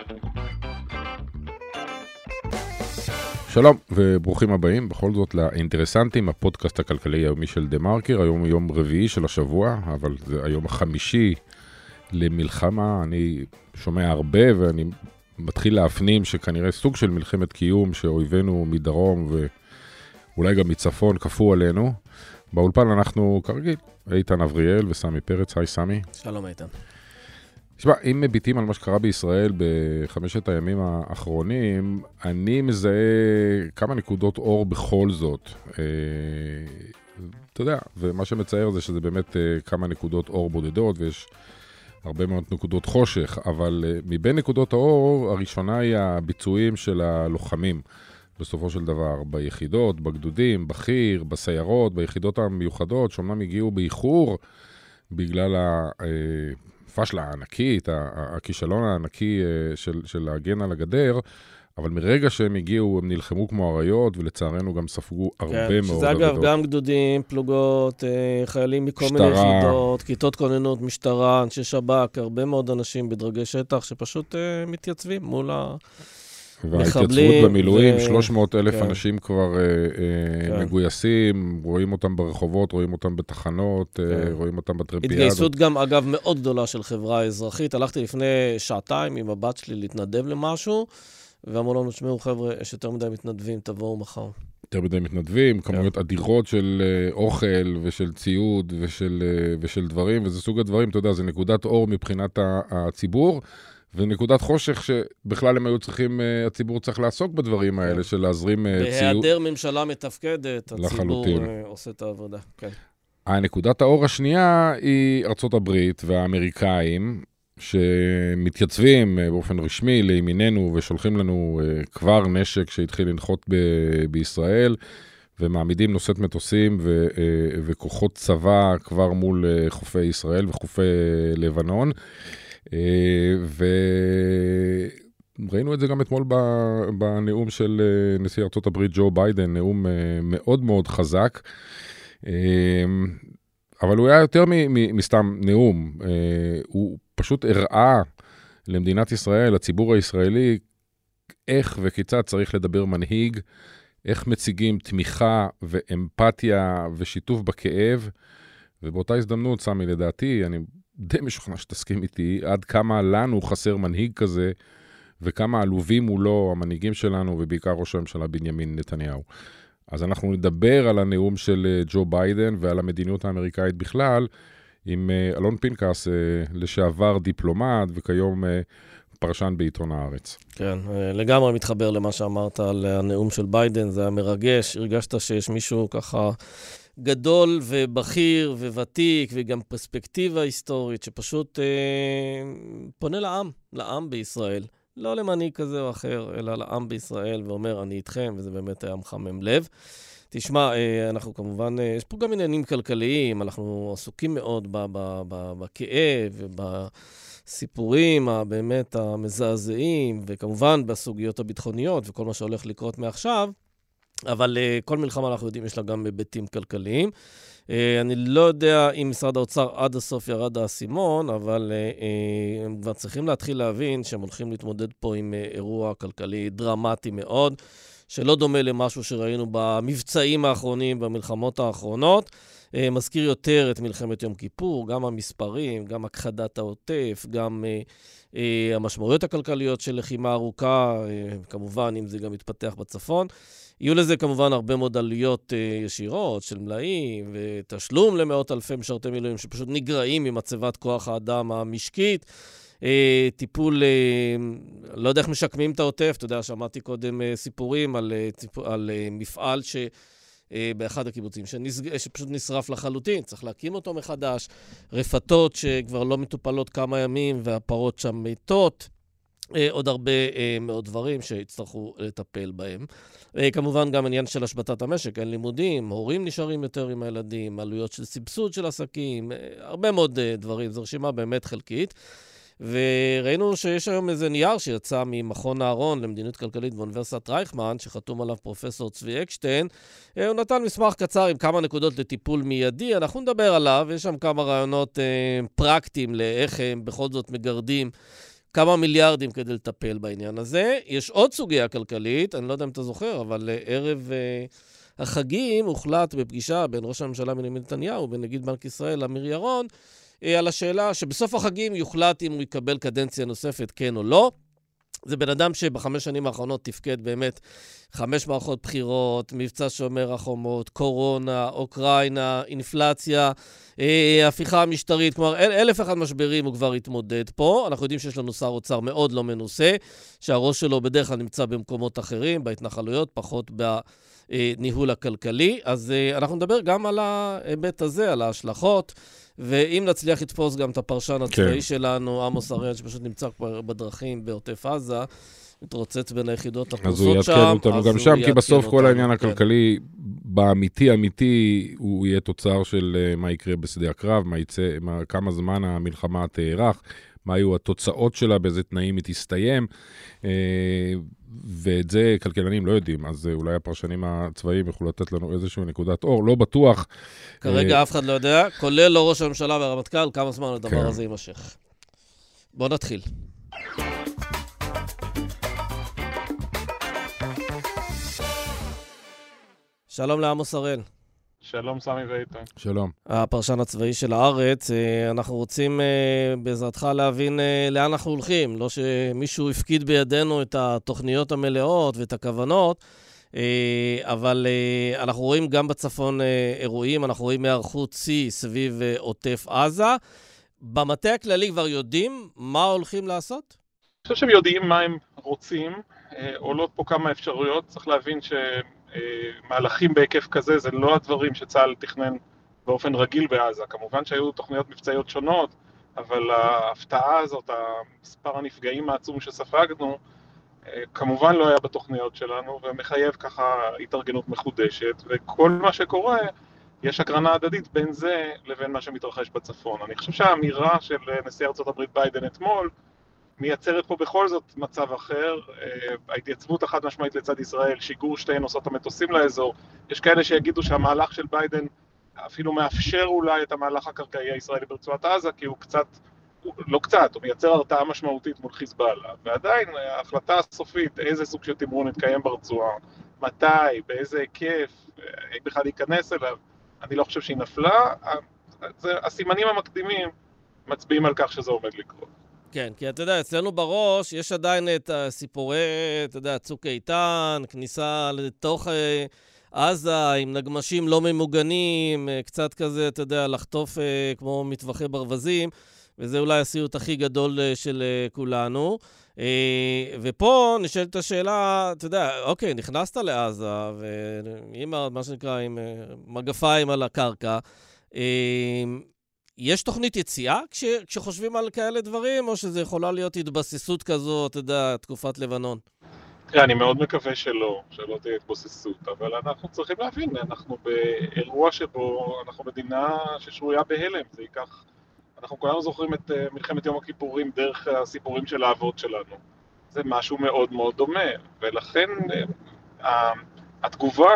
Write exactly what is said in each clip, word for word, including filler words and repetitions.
שלום וברוכים הבאים בכל זאת לאינטרסנטים, הפודקאסט הכלכלי היומי של דה מרקר. היום יום רביעי של השבוע, אבל זה היום החמישי למלחמה. אני שומע הרבה ואני מתחיל להפנים שכנראה סוג של מלחמת קיום שאויבינו מדרום ואולי גם מצפון כפו עלינו. באולפן אנחנו כרגיל, איתן אבריאל וסמי פרץ. היי סמי. שלום איתן. תשמע, אם מביטים על מה שקרה בישראל בחמשת הימים האחרונים, אני מזהה כמה נקודות אור בכל זאת. אתה יודע, ומה שמצייר זה שזה באמת כמה נקודות אור בודדות, ויש הרבה מאוד נקודות חושך, אבל מבין נקודות האור, הראשונה היא הביצועים של הלוחמים, בסופו של דבר, ביחידות, בגדודים, בחי"ר, בסיירות, ביחידות המיוחדות, שאומנם הגיעו באיחור בגלל ה... פשלה הענקית, הכישלון הענקי של, של להגן על הגדר, אבל מרגע שהם הגיעו, הם נלחמו כמו אריות, ולצערנו גם ספגו הרבה כן, מאוד שזה אגב עבודות. גם גדודים, פלוגות, חיילים מכל מיני יחידות, כיתות כוננות, משטרה, אנשי שב"כ, הרבה מאוד אנשים בדרגי שטח שפשוט מתייצבים מול ה... וההתייצבות במילואים, ו... שלוש מאות אלף כן. אנשים כבר כן. מגויסים, רואים אותם ברחובות, רואים אותם בתחנות, כן. רואים אותם בטרמפיאדות. התגייסות גם, אגב, מאוד גדולה של חברה אזרחית. הלכתי לפני שעתיים עם הבת שלי להתנדב למשהו, ואמרו לנו, תשמעו חבר'ה, יש יותר מדי מתנדבים, תבואו מחר. יותר מדי מתנדבים, כן. כמויות אדירות של אוכל ושל ציוד ושל, ושל דברים, וזה סוג הדברים, אתה יודע, זה נקודת אור מבחינת הציבור, ונקודת חושך שבכלל הם היו צריכים, הציבור צריך לעסוק בדברים האלה, של להזרים ציוד. בהיעדר ממשלה מתפקדת, הציבור עושה את העבודה. כן. הנקודת האור השנייה היא ארצות הברית והאמריקאים, שמתייצבים באופן רשמי לימיננו ושולחים לנו כבר נשק שהתחיל לנחות ב- בישראל, ומעמידים נושאת מטוסים ו- וכוחות צבא כבר מול חופי ישראל וחופי לבנון. וראינו את זה גם אתמול בנאום של נשיא ארצות הברית ג'ו ביידן, נאום מאוד מאוד חזק, אבל הוא היה יותר מסתם נאום, הוא פשוט הראה למדינת ישראל, לציבור הישראלי, איך וכיצד צריך לדבר מנהיג, איך מציגים תמיכה ואמפתיה ושיתוף בכאב, ובאותה הזדמנות, סמי, לדעתי, אני די משוכנע שתסכים איתי, עד כמה לנו חסר מנהיג כזה, וכמה עלובים מולו המנהיגים שלנו, ובעיקר ראש הממשלה בנימין נתניהו. אז אנחנו נדבר על הנאום של ג'ו ביידן, ועל המדיניות האמריקאית בכלל, עם אלון פינקס, לשעבר דיפלומט, וכיום פרשן בעיתון הארץ. כן, לגמרי מתחבר למה שאמרת על הנאום של ביידן, זה היה מרגש, הרגשת שיש מישהו ככה גדול ובכיר וותיק, וגם פרספקטיבה היסטורית, שפשוט אה, פונה לעם, לעם בישראל. לא למנהיג כזה או אחר, אלא לעם בישראל, ואומר, אני איתכם, וזה באמת היה מחמם לב. תשמע, אה, אנחנו כמובן, אה, יש פה גם עניינים כלכליים, אנחנו עסוקים מאוד ב- ב- ב- בכאב ובסיפורים הבאמת המזעזעים, וכמובן בסוגיות הביטחוניות וכל מה שהולך לקרות מעכשיו, אבל uh, כל מלחמה אנחנו יודעים יש לה גם היבטים כלכליים. Uh, אני לא יודע אם משרד האוצר עד הסוף ירד האסימון, אבל uh, uh, הם כבר צריכים להתחיל להבין שהם הולכים להתמודד פה עם uh, אירוע כלכלי דרמטי מאוד, שלא דומה למשהו שראינו במבצעים האחרונים, במלחמות האחרונות. Uh, מזכיר יותר את מלחמת יום כיפור, גם המספרים, גם הכחדת העוטף, גם uh, uh, המשמעויות הכלכליות של לחימה ארוכה, uh, כמובן אם זה גם מתפתח בצפון. יהיו לזה כמובן הרבה מאוד עלויות uh, ישירות של מלאים ותשלום למאות אלפי משרתי מילואים שפשוט נגרעים ממצבת כוח האדם המשקית. Uh, טיפול, uh, לא יודע איך משקמים את העוטף, אתה יודע, שמעתי קודם uh, סיפורים על, uh, טיפ, על uh, מפעל ש... באחד הקיבוצים, שנסג... שפשוט נשרף לחלוטין, צריך להקים אותו מחדש, רפתות שכבר לא מטופלות כמה ימים, והפרות שם מתות, עוד הרבה מאוד דברים שיצטרכו לטפל בהם. כמובן גם עניין של השבתת המשק, אין לימודים, הורים נשארים יותר עם הילדים, עלויות של סבסוד של עסקים, הרבה מאוד דברים, זו רשימה באמת חלקית. וראינו שיש היום איזה נייר שיצא ממכון אהרון למדיניות כלכלית באוניברסיטת רייכמן, שחתום עליו פרופסור צבי אקשטיין. הוא נתן מסמך קצר עם כמה נקודות לטיפול מיידי, אנחנו נדבר עליו, יש שם כמה רעיונות אה, פרקטיים לאיך הם בכל זאת מגרדים כמה מיליארדים כדי לטפל בעניין הזה. יש עוד סוגיה כלכלית, אני לא יודע אם אתה זוכר, אבל ערב החגים הוחלט בפגישה בין ראש הממשלה בנימין נתניהו ונגיד בנק ישראל אמיר ירון, על השאלה שבסוף החגים יוחלט אם הוא יקבל קדנציה נוספת, כן או לא. זה בן אדם שבחמש שנים האחרונות תפקד באמת חמש מערכות בחירות, מבצע שומר החומות, קורונה, אוקראינה, אינפלציה, אה, הפיכה המשטרית, כלומר אל, אלף אחד משברים הוא כבר התמודד פה. אנחנו יודעים שיש לנו שר אוצר מאוד לא מנוסה, שהראש שלו בדרך כלל נמצא במקומות אחרים, בהתנחלויות, פחות בניהול הכלכלי. אז אה, אנחנו נדבר גם על ההיבט הזה, על ההשלכות, ואם נצליח לתפוס גם את הפרשן הצבאי כן. שלנו, עמוס אריאל, שפשוט נמצא בדרכים בעוטף עזה, מתרוצץ בין היחידות הפרוסות שם. אז הוא יעדכן אותנו גם שם, כי בסוף כל העניין הכלכלי, באמיתי אמיתי, הוא יהיה תוצר של מה יקרה בשדה הקרב, מה יצא, מה, כמה זמן המלחמה תארך, מה היו התוצאות שלה, באיזה תנאים היא תסתיים, ואת זה כלכלנים לא יודעים, אז אולי הפרשנים הצבאיים יוכלו לתת לנו איזושהי נקודת אור, לא בטוח. כרגע אף אחד לא יודע, כולל לא ראש הממשלה והרמטכ"ל, כמה זמן הדבר הזה יימשך. בואו נתחיל. שלום לעמוס הראל. שלום סמי ואיתן. שלום. הפרשן הצבאי של הארץ, אנחנו רוצים בעזרתך להבין לאן אנחנו הולכים, לא שמישהו הפקיד בידינו את התוכניות המלאות ואת הכוונות, אבל אנחנו רואים גם בצפון אירועים, אנחנו רואים היערכות שיא סביב עוטף עזה. במטה הכללי כבר יודעים מה הולכים לעשות? אני חושב שהם יודעים מה הם רוצים, עולות פה כמה אפשרויות, צריך להבין ש... מהלכים בהיקף כזה, זה לא הדברים שצה"ל תכנן באופן רגיל בעזה. כמובן שהיו תוכניות מבצעיות שונות, אבל ההפתעה הזאת, המספר הנפגעים העצום שספגנו, כמובן לא היה בתוכניות שלנו, ומחייב ככה התארגנות מחודשת, וכל מה שקורה, יש הקרנה הדדית בין זה לבין מה שמתרחש בצפון. אני חושב שהאמירה של נשיא ארצות הברית ביידן אתמול, מייצרת פה בכל זאת מצב אחר, ההתייצבות החד משמעית לצד ישראל, שיגור שתי נוסעות המטוסים לאזור, יש כאלה שיגידו שהמהלך של ביידן אפילו מאפשר אולי את המהלך הקרקעי הישראלי ברצועת עזה, כי הוא קצת, לא קצת, הוא מייצר הרתעה משמעותית מול חיזבאללה, ועדיין ההחלטה הסופית, איזה סוג של תמרון יתקיים ברצועה, מתי, באיזה היקף, איך בכלל להיכנס אליו, אני לא חושב שהיא נפלה, הסימנים המקדימים מצביעים על כך שזה עומד לקרות. כן, כי אתה יודע, אצלנו בראש יש עדיין את הסיפורי, אתה יודע, צוק איתן, כניסה לתוך אה, עזה עם נגמשים לא ממוגנים, אה, קצת כזה, אתה יודע, לחטוף אה, כמו מטווחי ברווזים, וזה אולי הסיוט הכי גדול אה, של אה, כולנו. אה, ופה נשאלת השאלה, אתה יודע, אוקיי, נכנסת לעזה, ועם מה שנקרא, עם אה, מגפיים על הקרקע, אה, יש תוכנית יציאה כש, כשחושבים על כאלה דברים, או שזה יכולה להיות התבססות כזו, אתה יודע, תקופת לבנון? תראה, אני מאוד מקווה שלא, שלא תהיה התבססות, אבל אנחנו צריכים להבין, אנחנו באירוע שבו אנחנו מדינה ששרויה בהלם, זה ייקח, אנחנו כולנו זוכרים את מלחמת יום הכיפורים דרך הסיפורים של האבות שלנו, זה משהו מאוד מאוד דומה, ולכן התגובה,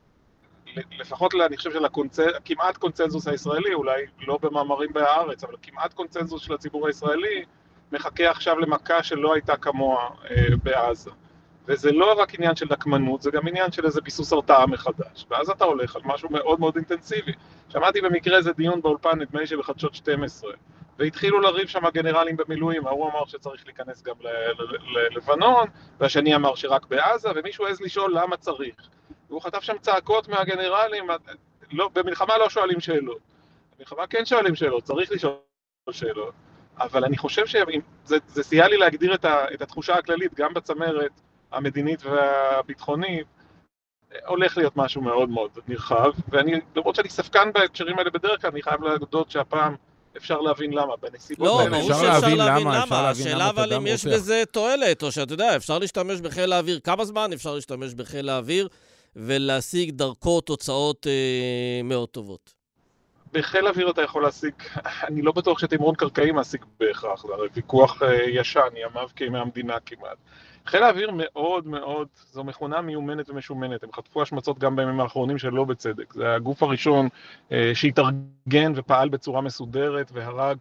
לפחות אני חושב שכמעט קונצנזוס הישראלי, אולי לא במאמרים בהארץ, אבל כמעט קונצנזוס של הציבור הישראלי, מחכה עכשיו למכה שלא הייתה כמוה בעזה. וזה לא רק עניין של נקמנות, זה גם עניין של איזה ביסוס הרתעה מחדש. ואז אתה הולך על משהו מאוד מאוד אינטנסיבי. שמעתי במקרה איזה דיון באולפן, נדמה לי שבחדשות שתים עשרה, והתחילו לריב שם הגנרלים במילואים, ההוא אמר שצריך להיכנס גם ללבנון, והשני אמר שרק בעזה, ומישהו עז לשאול למה צריך. והוא חטף שם צעקות מהגנרלים, לא, במלחמה לא שואלים שאלות. במלחמה כן שואלים שאלות, צריך לשאול שאלות. אבל אני חושב שזה סייע לי להגדיר את, ה, את התחושה הכללית, גם בצמרת המדינית והביטחונית, הולך להיות משהו מאוד מאוד נרחב, ואני, למרות שאני ספקן בהקשרים האלה בדרך כלל, אני חייב להודות שהפעם אפשר להבין למה, בנסיבות לא, ברור שאפשר להבין למה, השאלה אבל אם יש בזה תועלת, או שאתה יודע, אפשר להשתמש בחיל האוויר, כמה זמן אפשר להשתמש בחיל האוויר, ולהשיג דרכו תוצאות אה, מאוד טובות. בחיל האוויר אתה יכול להשיג, אני לא בטוח שתמרון קרקעי מעסיק בהכרח, זה הרי ויכוח אה, ישן, ימיו כימי המדינה כמעט. חיל האוויר מאוד מאוד, זו מכונה מיומנת ומשומנת, הם חטפו השמצות גם בימים האחרונים שלא בצדק, זה הגוף הראשון אה, שהתארגן ופעל בצורה מסודרת והרג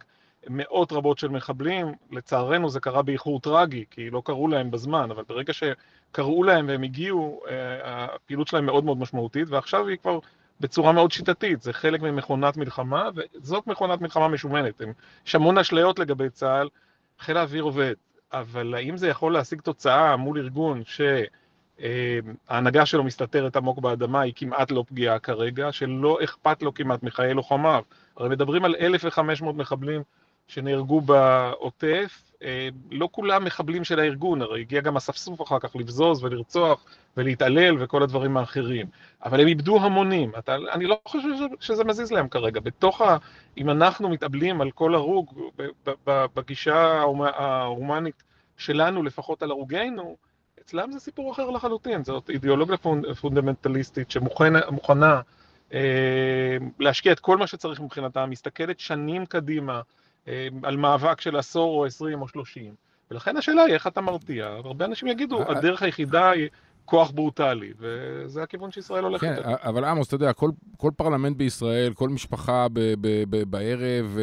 מאות רבות של מחבלים, לצערנו זה קרה באיחור טרגי, כי לא קראו להם בזמן, אבל ברגע שקראו להם והם הגיעו, הפעילות שלהם מאוד מאוד משמעותית, ועכשיו היא כבר בצורה מאוד שיטתית, זה חלק ממכונת מלחמה, וזאת מכונת מלחמה משומנת. יש המון אשליות לגבי צה"ל, חיל האוויר עובד, אבל האם זה יכול להשיג תוצאה מול ארגון שההנהגה שלו מסתתרת עמוק באדמה, היא כמעט לא פגיעה כרגע, שלא אכפת לו כמעט מחיי לוחמיו. הרי מדברים על אלף וחמש מאות מחבלים שנהרגו בעוטף, לא כולם מחבלים של הארגון, הרי הגיע גם הספסוף אחר כך לבזוז ולרצוח ולהתעלל וכל הדברים האחרים, אבל הם איבדו המונים. אתה, אני לא חושב שזה מזיז להם כרגע. בתוך ה... אם אנחנו מתאבלים על כל הרוג בגישה ההומנית שלנו, לפחות על הרוגינו, אצלם זה סיפור אחר לחלוטין. זאת אידיאולוגיה פונדמנטליסטית שמוכנה להשקיע את כל מה שצריך מבחינתה, מסתכלת שנים קדימה על מאבק של עשור או עשרים או שלושים. ולכן השאלה היא איך אתה מרתיע. הרבה אנשים יגידו, הדרך היחידה היא כוח ברוטלי, וזה הכיוון שישראל הולכת. כן, אבל עמוס, אתה יודע, כל, כל פרלמנט בישראל, כל משפחה ב, ב, ב, בערב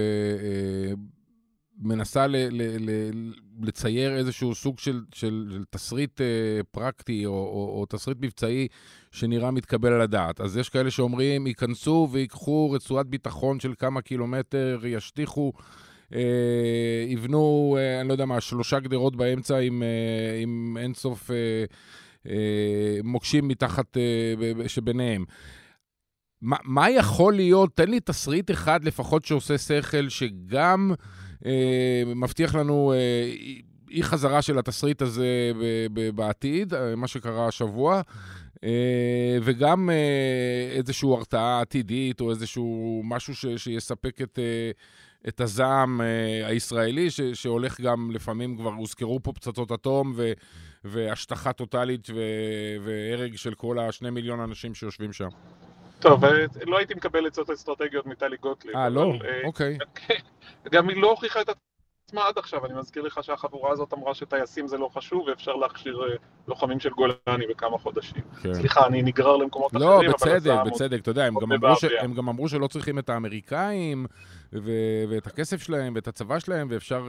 מנסה ל, ל, ל, לצייר איזשהו סוג של, של, של תסריט פרקטי או, או, או תסריט מבצעי שנראה מתקבל על הדעת. אז יש כאלה שאומרים, ייכנסו ויקחו רצועת ביטחון של כמה קילומטר, ישטיחו, אה, יבנו, אה, אני לא יודע מה, שלושה גדרות באמצע עם, אה, עם אינסוף אה, אה, מוקשים מתחת אה, שביניהם. מה, מה יכול להיות? תן לי תסריט אחד לפחות שעושה שכל, שגם אה, מבטיח לנו אה, אי חזרה של התסריט הזה ב- ב- בעתיד, מה שקרה השבוע, אה, וגם אה, איזושהי הרתעה עתידית, או איזשהו משהו ש- שיספק את, אה, את הזעם אה, הישראלי, ש- שהולך גם לפעמים, כבר הוזכרו פה פצצות אטום, ו- והשטחה טוטלית ו- והרג של כל השני מיליון אנשים שיושבים שם. טוב, לא הייתי מקבל עצות אסטרטגיות מטלי גוטליב. אה, לא? אוקיי. גם היא לא הוכיחה את עצמה עד עכשיו. אני מזכיר לך שהחבורה הזאת אמרה שטייסים זה לא חשוב, ואפשר להכשיר לוחמים של גולני בכמה חודשים. סליחה, אני נגרר למקומות אחרים. לא, בצדק, בצדק, אתה יודע, הם גם אמרו שלא צריכים את האמריקאים, ואת הכסף שלהם, ואת הצבא שלהם, ואפשר,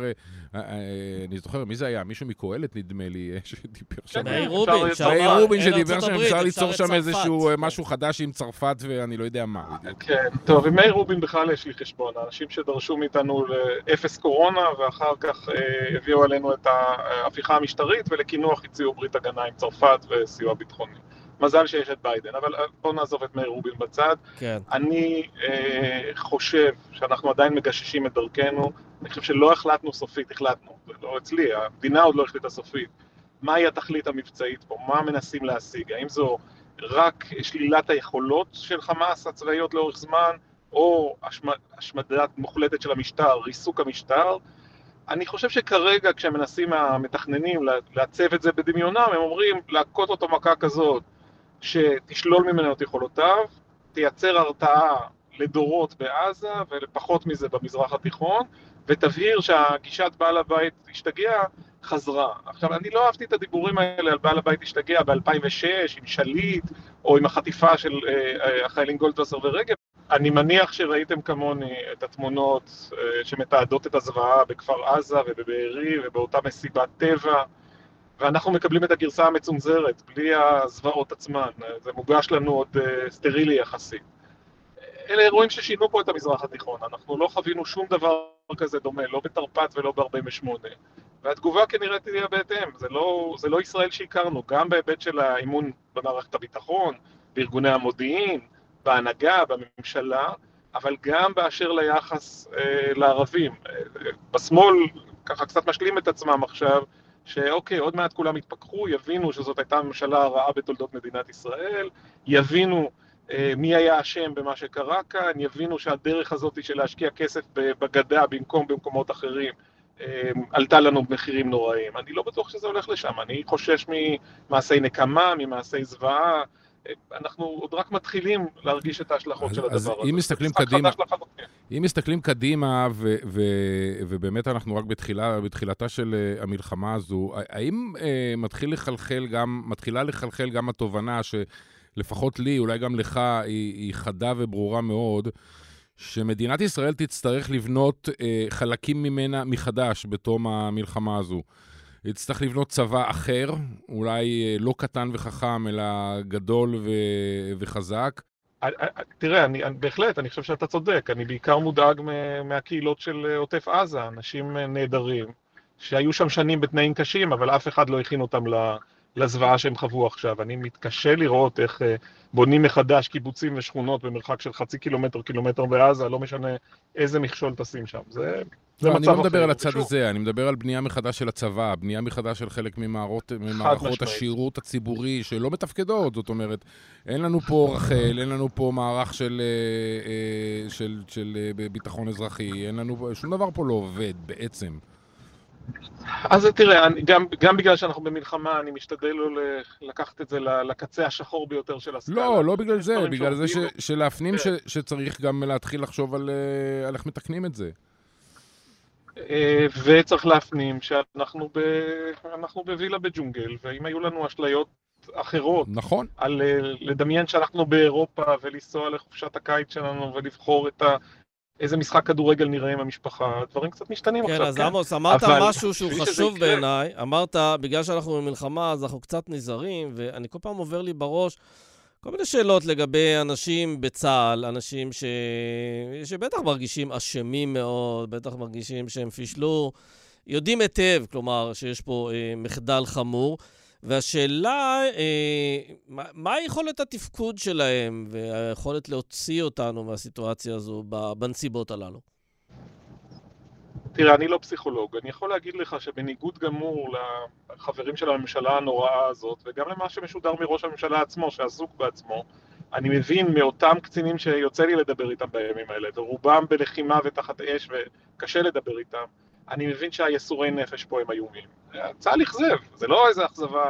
אני זוכר, מי זה היה? מישהו מקהלת, נדמה לי, שדיבר שם. מאיר רובין, מאיר רובין שדיבר שם, אפשר ליצור שם איזשהו משהו חדש עם צרפת, ואני לא יודע מה. כן, טוב, עם מאיר רובין בכלל יש לי חשבון. האנשים שדרשו מאיתנו לאפס קורונה, ואחר כך הביאו עלינו את ההפיכה המשטרית, ולכינוח הציעו ברית הגנה עם צרפת וסיוע ביטחוני. מזל שיש את ביידן, אבל בואו נעזוב את מאיר רובין בצד. כן. אני אה, חושב שאנחנו עדיין מגששים את דרכנו, אני חושב שלא החלטנו סופית, החלטנו, זה לא אצלי, המדינה עוד לא החליטה סופית. מהי התכלית המבצעית פה? מה מנסים להשיג? האם זו רק שלילת היכולות של חמאס הצבאיות לאורך זמן, או השמד, השמדת מוחלטת של המשטר, ריסוק המשטר? אני חושב שכרגע כשמנסים המתכננים לעצב את זה בדמיונם, הם אומרים להכות אותו מכה כזאת, שתשלול ממנו את יכולותיו, תייצר הרתעה לדורות בעזה ולפחות מזה במזרח התיכון, ותבהיר שהגישת בעל הבית השתגע חזרה. עכשיו, אני לא אהבתי את הדיבורים האלה על בעל הבית השתגע ב-אלפיים ושש עם שליט, או עם החטיפה של אה, החיילים גולדווסר ורגב. אני מניח שראיתם כמוני את התמונות אה, שמתעדות את הזוועה בכפר עזה ובבארי ובאותה מסיבת טבע, ואנחנו מקבלים את הגרסה המצונזרת, בלי הזוועות עצמן. זה מוגש לנו עוד uh, סטרילי יחסית. אלה אירועים ששינו פה את המזרח התיכון. אנחנו לא חווינו שום דבר כזה דומה, לא בתרפ"ט ולא ב-ארבעים ושמונה. והתגובה כנראה תהיה בהתאם. זה לא, זה לא ישראל שהכרנו, גם בהיבט של האימון במערכת הביטחון, בארגוני המודיעין, בהנהגה, בממשלה, אבל גם באשר ליחס אה, לערבים. אה, בשמאל, ככה קצת משלים את עצמם עכשיו, שאוקיי, עוד מעט כולם יתפכחו, יבינו שזאת הייתה הממשלה הרעה בתולדות מדינת ישראל, יבינו אה, מי היה אשם במה שקרה כאן, יבינו שהדרך הזאת של להשקיע כסף בגדה במקום במקומות אחרים, אה, עלתה לנו במחירים נוראים. אני לא בטוח שזה הולך לשם, אני חושש ממעשי נקמה, ממעשי זוועה, אנחנו עוד רק מתחילים להרגיש את ההשלכות של הדבר הזה. אז אם מסתכלים קדימה, אם מסתכלים קדימה, ובאמת אנחנו רק בתחילתה של המלחמה הזו, האם מתחיל לחלחל גם, מתחילה לחלחל גם התובנה שלפחות לי, אולי גם לך, היא חדה וברורה מאוד, שמדינת ישראל תצטרך לבנות אה, חלקים ממנה מחדש בתום המלחמה הזו. היא תצטרך לבנות צבא אחר, אולי אה, לא קטן וחכם, אלא גדול ו- וחזק. תראה, אני, אני, בהחלט, אני חושב שאתה צודק. אני בעיקר מודאג מהקהילות של עוטף עזה, אנשים נהדרים, שהיו שם שנים בתנאים קשים, אבל אף אחד לא הכין אותם לזוועה שהם חוו עכשיו. אני מתקשה לראות איך בונים מחדש קיבוצים ושכונות במרחק של חצי קילומטר, קילומטר בעזה, לא משנה איזה מכשול תשים שם. זה, זה לא, מצב אחר. אני לא מדבר על הצד ושוב. הזה, אני מדבר על בנייה מחדש של הצבא, בנייה מחדש של חלק ממערכות, ממערכות השירות הציבורי שלא מתפקדות, זאת אומרת, אין לנו פה רחל, אין לנו פה מערך של, של, של, של ביטחון אזרחי, אין לנו, שום דבר פה לא עובד בעצם. אז תראה, אני, גם, גם בגלל שאנחנו במלחמה, אני משתדל לא לקחת את זה לקצה השחור ביותר של הסקאלה. לא, לא בגלל זה, בגלל זה ש, שלהפנים ש, שצריך גם להתחיל לחשוב על, על איך מתקנים את זה. וצריך להפנים שאנחנו ב, אנחנו בווילה בג'ונגל, ואם היו לנו אשליות אחרות, נכון. על לדמיין שאנחנו באירופה ולנסוע לחופשת הקיץ שלנו ולבחור את ה... איזה משחק כדורגל נראה עם המשפחה, דברים קצת משתנים כן, עכשיו. אז כן, אז עמוס, אמרת משהו שהוא חשוב בעיניי, אמרת, בגלל שאנחנו במלחמה, אז אנחנו קצת נזהרים, ואני כל פעם עובר לי בראש כל מיני שאלות לגבי אנשים בצה"ל, אנשים ש... שבטח מרגישים אשמים מאוד, בטח מרגישים שהם פישלו, יודעים היטב, כלומר, שיש פה אה, מחדל חמור, והשאלה, אה, מה, מה היכולת התפקוד שלהם, והיכולת להוציא אותנו מהסיטואציה הזו בנסיבות הללו? תראה, אני לא פסיכולוג. אני יכול להגיד לך שבניגוד גמור לחברים של הממשלה הנוראה הזאת, וגם למה שמשודר מראש הממשלה עצמו, שעסוק בעצמו, אני מבין מאותם קצינים שיוצא לי לדבר איתם בימים האלה, ורובם בלחימה ותחת אש וקשה לדבר איתם, אני מבין שהיסורי נפש פה הם איומים. צה"ל אכזב, זה לא איזו אכזבה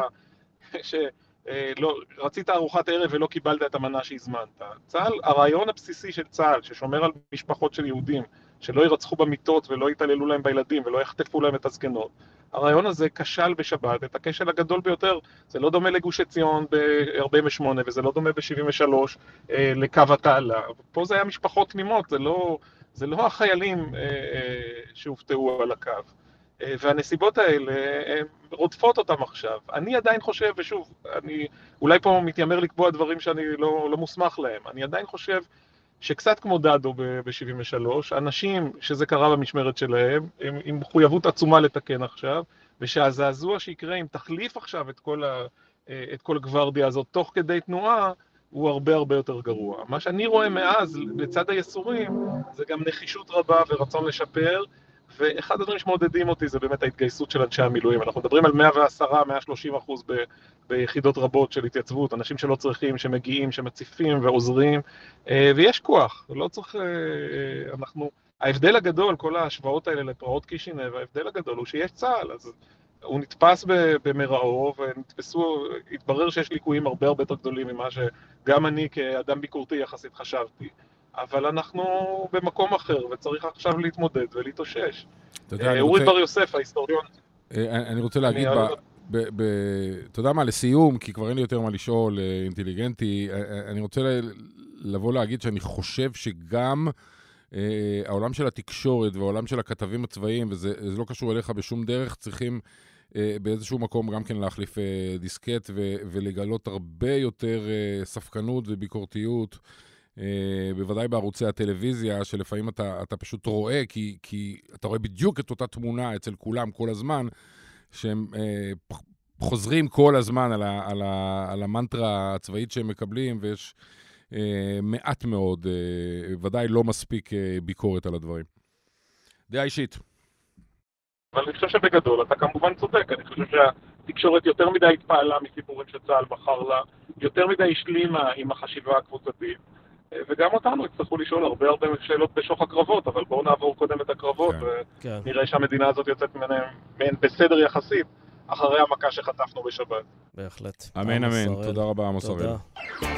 שלא, רצית ארוחת ערב ולא קיבלת את המנה שהזמנת. צה"ל, הרעיון הבסיסי של צה"ל, ששומר על משפחות של יהודים, שלא ירצחו במיטות ולא יתעללו להם בילדים ולא יחטפו להם את הזקנות. הרעיון הזה כשל בשבת, את הכשל הגדול ביותר, זה לא דומה לגוש עציון ב-ארבעים ושמונה וזה לא דומה ב-שבעים ושלוש אה, לקו התעלה. פה זה היה משפחות תמימות, זה לא, זה לא החיילים אה, אה, שהופתעו על הקו. אה, והנסיבות האלה אה, רודפות אותם עכשיו. אני עדיין חושב, ושוב, אני אולי פה מתיימר לקבוע דברים שאני לא, לא מוסמך להם, אני עדיין חושב שקצת כמו דדו ב-שבעים ושלוש, אנשים שזה קרה במשמרת שלהם, הם עם מחויבות עצומה לתקן עכשיו, ושהזעזוע שיקרה אם תחליף עכשיו את כל, ה, את כל הגוורדיה הזאת תוך כדי תנועה, הוא הרבה הרבה יותר גרוע. מה שאני רואה מאז, בצד היסורים, זה גם נחישות רבה ורצון לשפר, ואחד הדברים שמעודדים אותי זה באמת ההתגייסות של אנשי המילואים. אנחנו מדברים על מאה ועשר עד מאה ושלושים אחוז ב, ביחידות רבות של התייצבות, אנשים שלא צריכים, שמגיעים, שמציפים ועוזרים, ויש כוח, לא צריך, אנחנו, ההבדל הגדול, כל ההשוואות האלה לפרעות קישינב, ההבדל הגדול הוא שיש צה"ל, אז הוא נתפס במראו, ונתפסו, התברר שיש ליקויים הרבה הרבה יותר גדולים ממה שגם אני כאדם ביקורתי יחסית חשבתי. אבל אנחנו במקום אחר, וצריך עכשיו להתמודד ולהתאושש. אורי בר יוסף, ההיסטוריון. אני רוצה להגיד, אתה יודע מה, לסיום, כי כבר אין לי יותר מה לשאול, אינטליגנטי, אני רוצה לבוא להגיד שאני חושב שגם העולם של התקשורת והעולם של הכתבים הצבאיים, וזה לא קשור אליך בשום דרך, צריכים באיזשהו מקום גם כן להחליף דיסקט ולגלות הרבה יותר ספקנות וביקורתיות, Uh, בוודאי בערוצי הטלוויזיה, שלפעמים אתה, אתה פשוט רואה, כי, כי אתה רואה בדיוק את אותה תמונה אצל כולם כל הזמן, שהם uh, חוזרים כל הזמן על, ה, על, ה, על המנטרה הצבאית שהם מקבלים, ויש uh, מעט מאוד, uh, ודאי לא מספיק uh, ביקורת על הדברים. דעה אישית. אבל אני חושב שבגדול, אתה כמובן צודק, אני חושב שהתקשורת יותר מדי התפעלה מסיפורים שצה"ל בחר לה, יותר מדי השלימה עם החשיבה הקבוצתית, וגם אותנו יצטרכו לשאול הרבה הרבה שאלות בשוך הקרבות, אבל בואו נעבור קודם את הקרבות, כן. ונראה כן. שהמדינה הזאת יוצאת מהן בסדר יחסית, אחרי המכה שחטפנו בשבת. בהחלט. אמן אמן, הראל. תודה רבה עמוס הראל. תודה.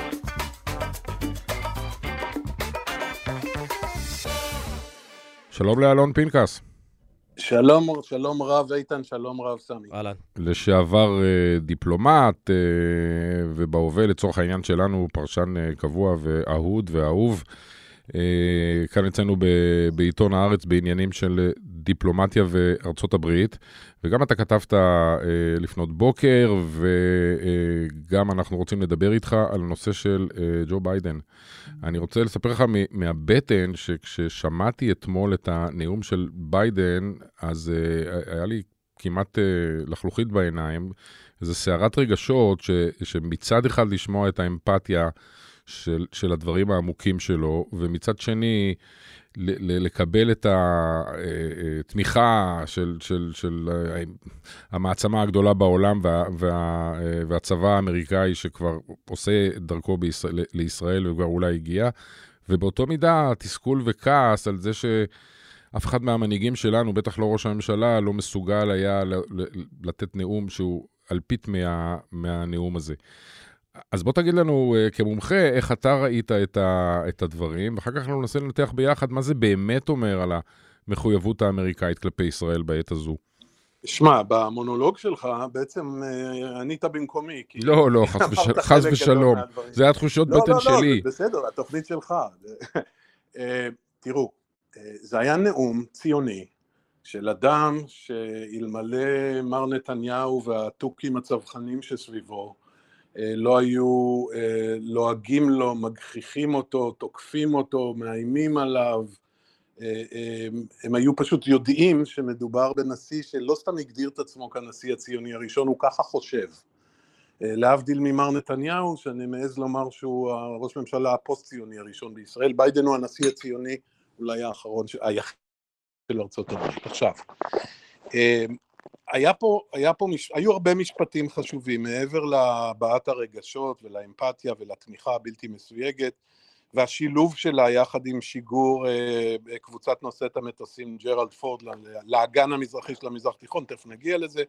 שלום לאלון פינקס. שלום, שלום רב איתן, שלום רב סמי. אהלן. לשעבר דיפלומט, ובהווה לצורך העניין שלנו פרשן קבוע ואהוד ואהוב. כאן אצלנו בעיתון הארץ בעניינים של דיפלומטיה וארצות הברית, וגם אתה כתבת לפנות בוקר, וגם אנחנו רוצים לדבר איתך על הנושא של ג'ו ביידן. אני רוצה לספר לך מהבטן, שכששמעתי אתמול את הנאום של ביידן, אז היה לי כמעט לחלוכית בעיניים, איזו סערת רגשות, ש, שמצד אחד לשמוע את האמפתיה של, של הדברים העמוקים שלו, ומצד שני ל, ל, לקבל את התמיכה של, של, של המעצמה הגדולה בעולם, וה, וה, והצבא האמריקאי שכבר עושה את דרכו בישראל, לישראל וכבר אולי הגיע, ובאותו מידה תסכול וכעס על זה ש... אף אחד מהמנהיגים שלנו, בטח לא ראש הממשלה, לא מסוגל היה לתת נאום שהוא אלפית מה, מהנאום הזה. אז בוא תגיד לנו כמומחה, איך אתה ראית את, ה, את הדברים, ואחר כך אנחנו ננסה לנתח ביחד מה זה באמת אומר על המחויבות האמריקאית כלפי ישראל בעת הזו. שמע, במונולוג שלך בעצם ענית במקומי. כי לא, לא, חס, ושל... חס ושלום. זה היה תחושות לא, בטן לא, שלי. לא, בסדר, התוכנית שלך. תראו, זה היה נאום ציוני של אדם שאלמלא מר נתניהו והטוקים הצווחנים שסביבו לא היו לועגים לו, מגחיכים אותו, תוקפים אותו, מאיימים עליו, הם היו פשוט יודעים שמדובר בנשיא שלא סתם הגדיר את עצמו כנשיא הציוני הראשון, הוא ככה חושב. להבדיל ממר נתניהו, שאני מעז לומר שהוא הראש ממשלה הפוסט-ציוני הראשון בישראל, ביידן הוא הנשיא הציוני אולי האחרון, היחיד של ארצות הברית. עכשיו, היה פה, היה פה, היו הרבה משפטים חשובים, מעבר לבעת הרגשות ולאמפתיה ולתמיכה הבלתי מסויגת, והשילוב שלה יחד עם שיגור קבוצת נושאת המטוסים ג'רלד פורד לאגן המזרחי של המזרח תיכון, תכף נגיע לזה,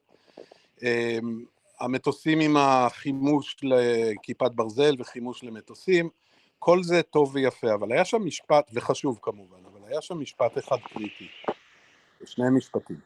המטוסים עם החימוש לכיפת ברזל וחימוש למטוסים, כל זה טוב ויפה, אבל היה שם משפט, וחשוב כמובן, אבל היה שם משפט אחד קריטי, שני משפטים.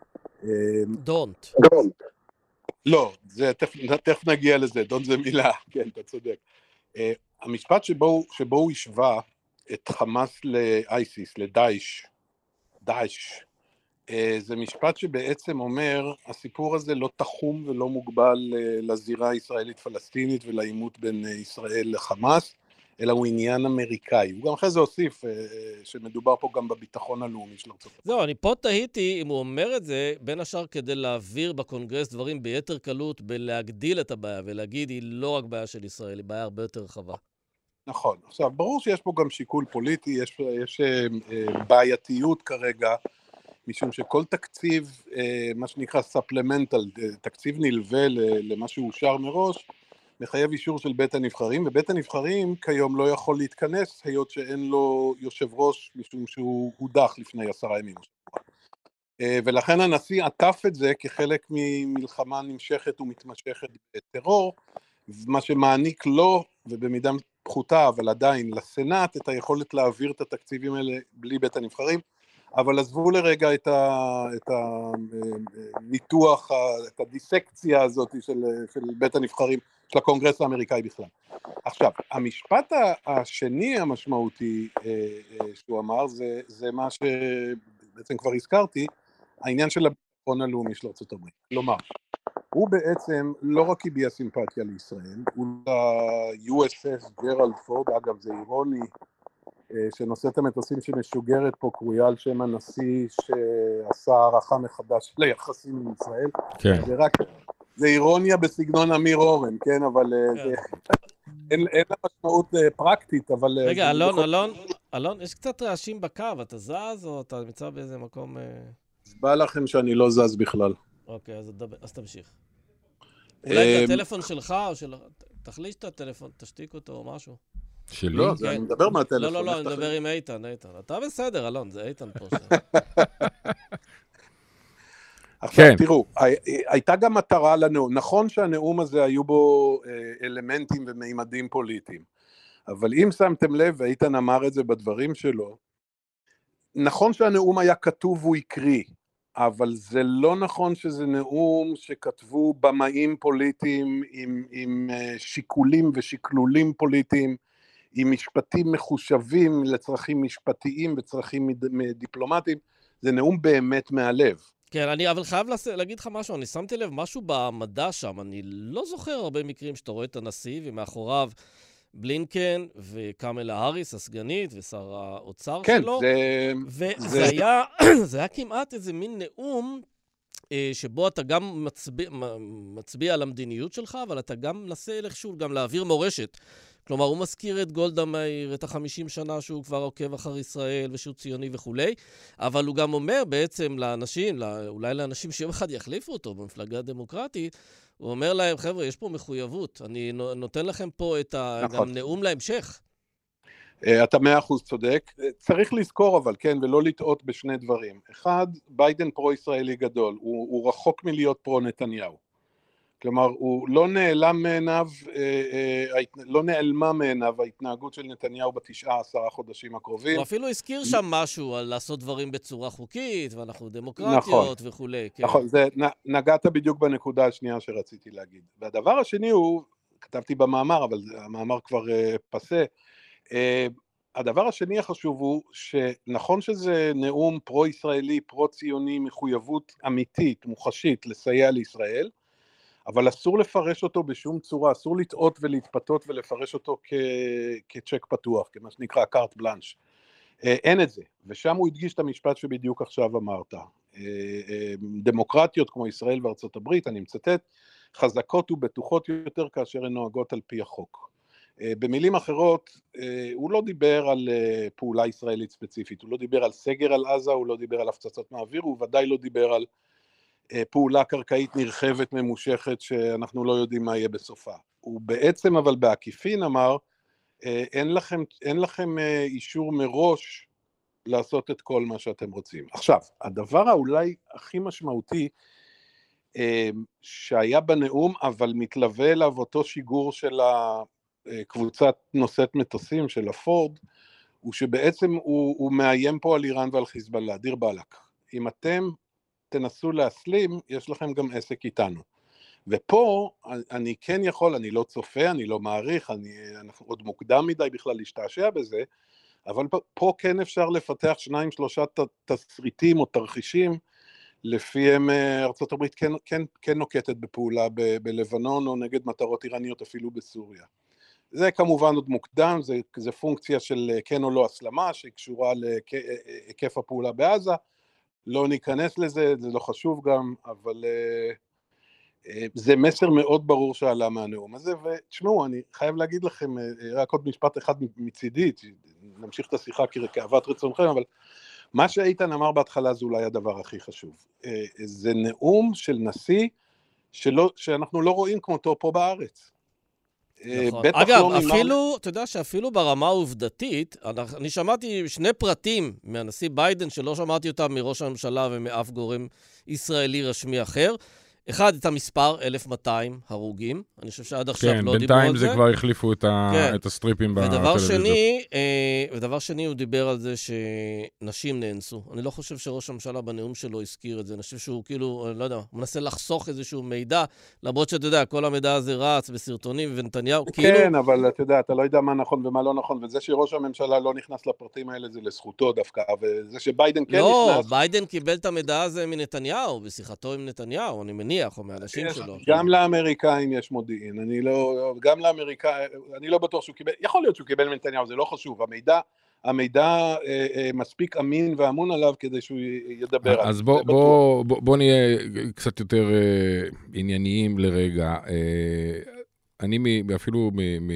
דונט. דונט. לא, זה, תכף נגיע לזה, דונט זה מילה, כן, אתה צודק. המשפט שבו, שבו הוא השווה את חמאס לאייסיס, לדאעש, דאעש, זה משפט שבעצם אומר, הסיפור הזה לא תחום ולא מוגבל לזירה הישראלית-פלסטינית ולעימות בין ישראל לחמאס, אלא הוא עניין אמריקאי. הוא גם אחרי זה הוסיף שמדובר פה גם בביטחון הלאומי של ארצות הברית. זהו, אני פה תהיתי אם הוא אומר את זה, בין השאר כדי להעביר בקונגרס דברים ביתר קלות, בלהגדיל את הבעיה ולהגיד היא לא רק בעיה של ישראל, היא בעיה הרבה יותר רחבה. נכון. עכשיו, ברור שיש פה גם שיקול פוליטי, יש, יש בעייתיות כרגע, משום שכל תקציב, מה שנקרא ספלמנטל, תקציב נלווה למה שאושר מראש, מחייב אישור של בית הנבחרים, ובית הנבחרים כיום לא יכול להתכנס, היות שאין לו יושב ראש, משום שהוא הודח לפני עשרה ימים. ולכן הנשיא עטף את זה כחלק ממלחמה נמשכת ומתמשכת בטרור, מה שמעניק לו, ובמידה פחותה, אבל עדיין לסנאט, את היכולת להעביר את התקציבים האלה בלי בית הנבחרים, אבל עזבו לרגע את, ה, את הניתוח, את הדיסקציה הזאת של, של בית הנבחרים, של הקונגרס האמריקאי בכלל. עכשיו, המשפט השני המשמעותי שהוא אמר, זה, זה מה שבעצם כבר הזכרתי, העניין של הביטחון הלאומי של ארצות הברית. כלומר, הוא בעצם לא רק הביע סימפתיה לישראל, הוא ה-יו אס אס ג'רלד פורד, אגב זה אירוני, שנושאת המטוסים שמשוגרת פה קרויה על שם הנשיא שעשה הערכה מחדש ליחסים עם ישראל. כן. זה רק, זה אירוניה בסגנון אמיר אורן, כן, אבל כן. זה, אין, אין לה משמעות פרקטית, אבל... רגע, אלון, בכל... אלון, אלון, יש קצת רעשים בקו, אתה זז או אתה נמצא באיזה מקום... בא לכם שאני לא זז בכלל. אוקיי, אז, אז תמשיך. אולי זה הטלפון שלך או של... תחליש את הטלפון, תשתיק אותו או משהו. שלי? לא, זה אני מדבר מהטלפון. לא, לא, לא, אני מדבר עם איתן, איתן. אתה בסדר, אלון, זה איתן פה. עכשיו, תראו, הייתה גם מטרה לנאום. נכון שהנאום הזה היו בו אלמנטים ומימדים פוליטיים, אבל אם שמתם לב, ואיתן אמר את זה בדברים שלו, נכון שהנאום היה כתוב והוא יקרי, אבל זה לא נכון שזה נאום שכתבו במאים פוליטיים עם, עם שיקולים ושקלולים פוליטיים, עם משפטים מחושבים לצרכים משפטיים וצרכים דיפלומטיים, זה נאום באמת מהלב. כן, אני אבל חייב להגיד לך משהו, אני שמתי לב משהו במדע שם, אני לא זוכר הרבה מקרים שאתה רואה את הנשיא ומאחוריו בלינקן וקמלה האריס, הסגנית ושר האוצר כן, שלו. כן, זה... וזה זה... היה, זה היה כמעט איזה מין נאום שבו אתה גם מצביע, מצביע על המדיניות שלך, אבל אתה גם מנסה איכשהו גם להעביר מורשת. כלומר, הוא מזכיר את גולדה מאיר, את החמישים שנה שהוא כבר עוקב אחר ישראל ושהוא ציוני וכו', אבל הוא גם אומר בעצם לאנשים, אולי לאנשים שיום אחד יחליפו אותו במפלגה הדמוקרטית, הוא אומר להם, חבר'ה, יש פה מחויבות, אני נותן לכם פה את הנאום להמשך. אתה מאה אחוז צודק, צריך לזכור אבל, כן, ולא לטעות בשני דברים. אחד, ביידן פרו-ישראלי גדול, הוא, הוא רחוק מלהיות פרו-נתניהו. כלומר, הוא לא נעלם מעיניו, לא נעלמה מעיניו ההתנהגות של נתניהו בתשעה עשרה חודשים הקרובים. הוא אפילו הזכיר שם משהו על לעשות דברים בצורה חוקית, ואנחנו דמוקרטיות וכו'. נכון, נגעת בדיוק בנקודה השנייה שרציתי להגיד. והדבר השני הוא, כתבתי במאמר, אבל המאמר כבר פסה, הדבר השני החשוב הוא שנכון שזה נאום פרו-ישראלי, פרו-ציוני, מחויבות אמיתית, מוחשית, לסייע לישראל, אבל אסור לפרש אותו בשום צורה, אסור לטעות ולהתפתות ולפרש אותו כצ'ק פתוח, כמה שנקרא קארט בלנש. אין את זה, ושם הוא הדגיש את המשפט שבדיוק עכשיו אמרת. דמוקרטיות כמו ישראל וארצות הברית, אני מצטט, חזקות ובטוחות יותר כאשר הן נוהגות על פי החוק. במילים אחרות, הוא לא דיבר על פעולה ישראלית ספציפית, הוא לא דיבר על סגר על עזה, הוא לא דיבר על הפצצות מהאוויר, הוא ודאי לא דיבר על פעולה קרקעית נרחבת ממושכת שאנחנו לא יודעים מה יהיה בסופה. הוא בעצם אבל בעקיפין אמר, אין לכם, אין לכם אישור מראש לעשות את כל מה שאתם רוצים. עכשיו, הדבר האולי הכי משמעותי שהיה בנאום, אבל מתלווה אליו אותו שיגור של הקבוצת נושאת מטוסים של הפורד, הוא שבעצם הוא, הוא מאיים פה על איראן ועל חיזבאללה, דיר באלק. אם אתם תנסו להסלים, יש לכם גם עסק איתנו. ופה אני כן יכול, אני לא צופה, אני לא מעריך, אני, אנחנו עוד מוקדם מדי בכלל להשתעשע בזה, אבל פה, פה כן אפשר לפתח שניים, שלושה תסריטים או תרחישים, לפיהם ארצות הברית כן, כן, כן נוקטת בפעולה ב, בלבנון, או נגד מטרות איראניות אפילו בסוריה. זה כמובן עוד מוקדם, זה, זה פונקציה של כן או לא הסלמה, שקשורה להיקף הפעולה בעזה, לא ניכנס לזה, זה לא חשוב גם, אבל uh, uh, זה מסר מאוד ברור שעלה מהנאום הזה, ותשמעו, אני חייב להגיד לכם, uh, רק עוד משפט אחד מצידי, נמשיך את השיחה כאוות רצונכם, אבל מה שאיתן אמר בהתחלה זה אולי הדבר הכי חשוב. Uh, זה נאום של נשיא שלא, שאנחנו לא רואים כמותו פה בארץ. נכון. אגב, לא אפילו, ממר... אתה יודע שאפילו ברמה העובדתית, אני שמעתי שני פרטים מהנשיא ביידן, שלא שמעתי אותם מראש הממשלה ומאף גורם ישראלי רשמי אחר. אחד, את המספר אלף מאתיים הרוגים, אני חושב שעד עכשיו כן, לא דיברו על זה. כן, בינתיים זה כבר החליפו את, ה... כן. את הסטריפים ודבר שני, אה, ודבר שני, הוא דיבר על זה שנשים נאנסו. אני לא חושב שראש הממשלה בנאום שלו הזכיר את זה, אני חושב שהוא כאילו, לא יודע, הוא מנסה לחסוך איזשהו מידע, למרות שאתה יודע, כל המידע הזה רץ בסרטונים ונתניהו, כן, כאילו... אבל אתה יודע, אתה לא יודע מה נכון ומה לא נכון, וזה שראש הממשלה לא נכנס לפרטים האלה זה לזכותו דווקא, וזה שביידן כן לא, נכנס... לא, ביידן קיבל את המידע הזה מנתניהו, בשיחתו עם נתניהו, אני מניח, או מהאנשים שלו. גם לאמריקאים יש מודיעין, אני לא, גם לאמריקאים, אני לא בטוח שהוא קיבל, יכול להיות שהוא קיבל מנתניהו, זה לא חשוב, המידע, המידע אה, אה, מספיק אמין ואמון עליו כדי שהוא ידבר עליו. אז בוא, בוא, בוא, בוא נהיה קצת יותר אה, ענייניים לרגע. אה, אני אפילו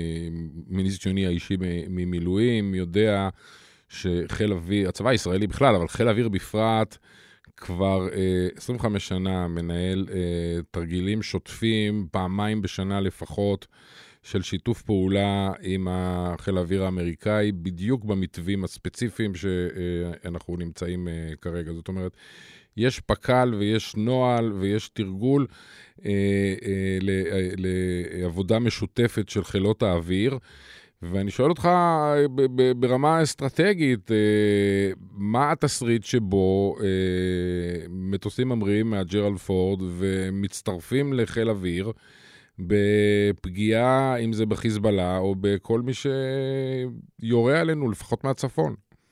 מניסיוני האישי ממילואים יודע שחיל אוויר, הצבא הישראלי בכלל, אבל חיל אוויר בפרט, כבר אה, עשרים וחמש שנה מנהל אה, תרגילים שוטפים, פעמיים בשנה לפחות, של שיתוף פעולה עם החיל האוויר האמריקאי, בדיוק במתווים הספציפיים שאנחנו אה, נמצאים אה, כרגע. זאת אומרת, יש פקל ויש נועל ויש תרגול אה, אה, לעבודה משותפת של חילות האוויר, ואני שואל אותך ברמה אסטרטגית, מה התסריט שבו מטוסים ממריאים מהג'רלד פורד ומצטרפים לחיל אוויר, בפגיעה, אם זה בחיזבאללה, או בכל מי שיורה עלינו, לפחות מהצפון.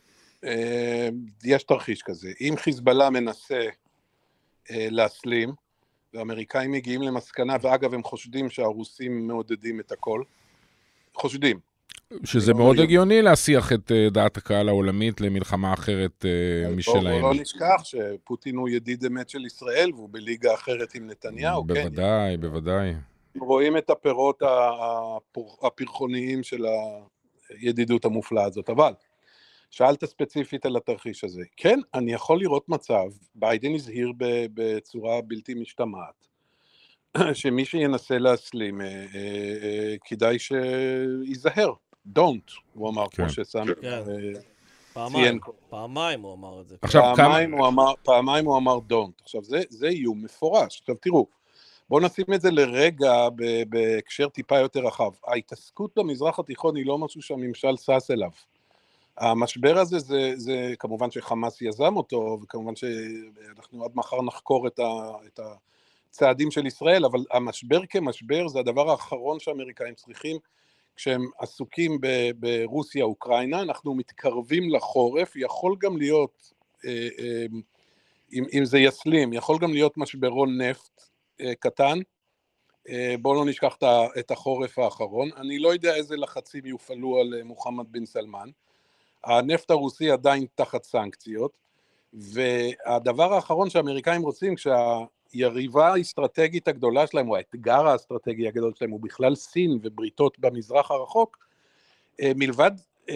יש תרחיש כזה. אם חיזבאללה מנסה להסלים, והאמריקאים מגיעים למסקנה, ואגב הם חושדים שהרוסים מעודדים את הכל, חושדים. שזה מאוד הגיוני להסיח את דעת הקהל העולמית למלחמה אחרת משלהם. לא נשכח שפוטין הוא ידיד אמת של ישראל, והוא בליגה אחרת עם נתניהו. בוודאי, בוודאי. רואים את הפירות הפרחוניים של הידידות המופלאה הזאת, אבל שאלת ספציפית על התרחיש הזה. כן, אני יכול לראות מצב, ביידן הזהיר בצורה בלתי משתמעת, שמי שינסה להסלים, כדאי שיזהר. Don't, הוא אמר, כמו ששם ציין. פעמיים הוא אמר את זה. פעמיים הוא אמר don't. עכשיו, זה איום מפורש. עכשיו, תראו, בואו נשים את זה לרגע בהקשר טיפה יותר רחב. ההתעסקות במזרח התיכון היא לא משהו שהממשל סס אליו. המשבר הזה זה, זה כמובן שחמאס יזם אותו, וכמובן שאנחנו עד מחר נחקור את, ה, את הצעדים של ישראל, אבל המשבר כמשבר זה הדבר האחרון שהאמריקאים צריכים, כשהם עסוקים ב, ברוסיה, אוקראינה, אנחנו מתקרבים לחורף, יכול גם להיות, אה, אה, אם, אם זה יסלים, יכול גם להיות משברון נפט אה, קטן, אה, בואו לא נשכח את החורף האחרון, אני לא יודע איזה לחצים יופעלו על מוחמד בן סלמן, הנפט הרוסי עדיין תחת סנקציות, והדבר האחרון שהאמריקאים רוצים, כשהיריבה האסטרטגית הגדולה שלהם, או האתגר האסטרטגי הגדול שלהם, הוא בכלל סין ובריתות במזרח הרחוק, מלבד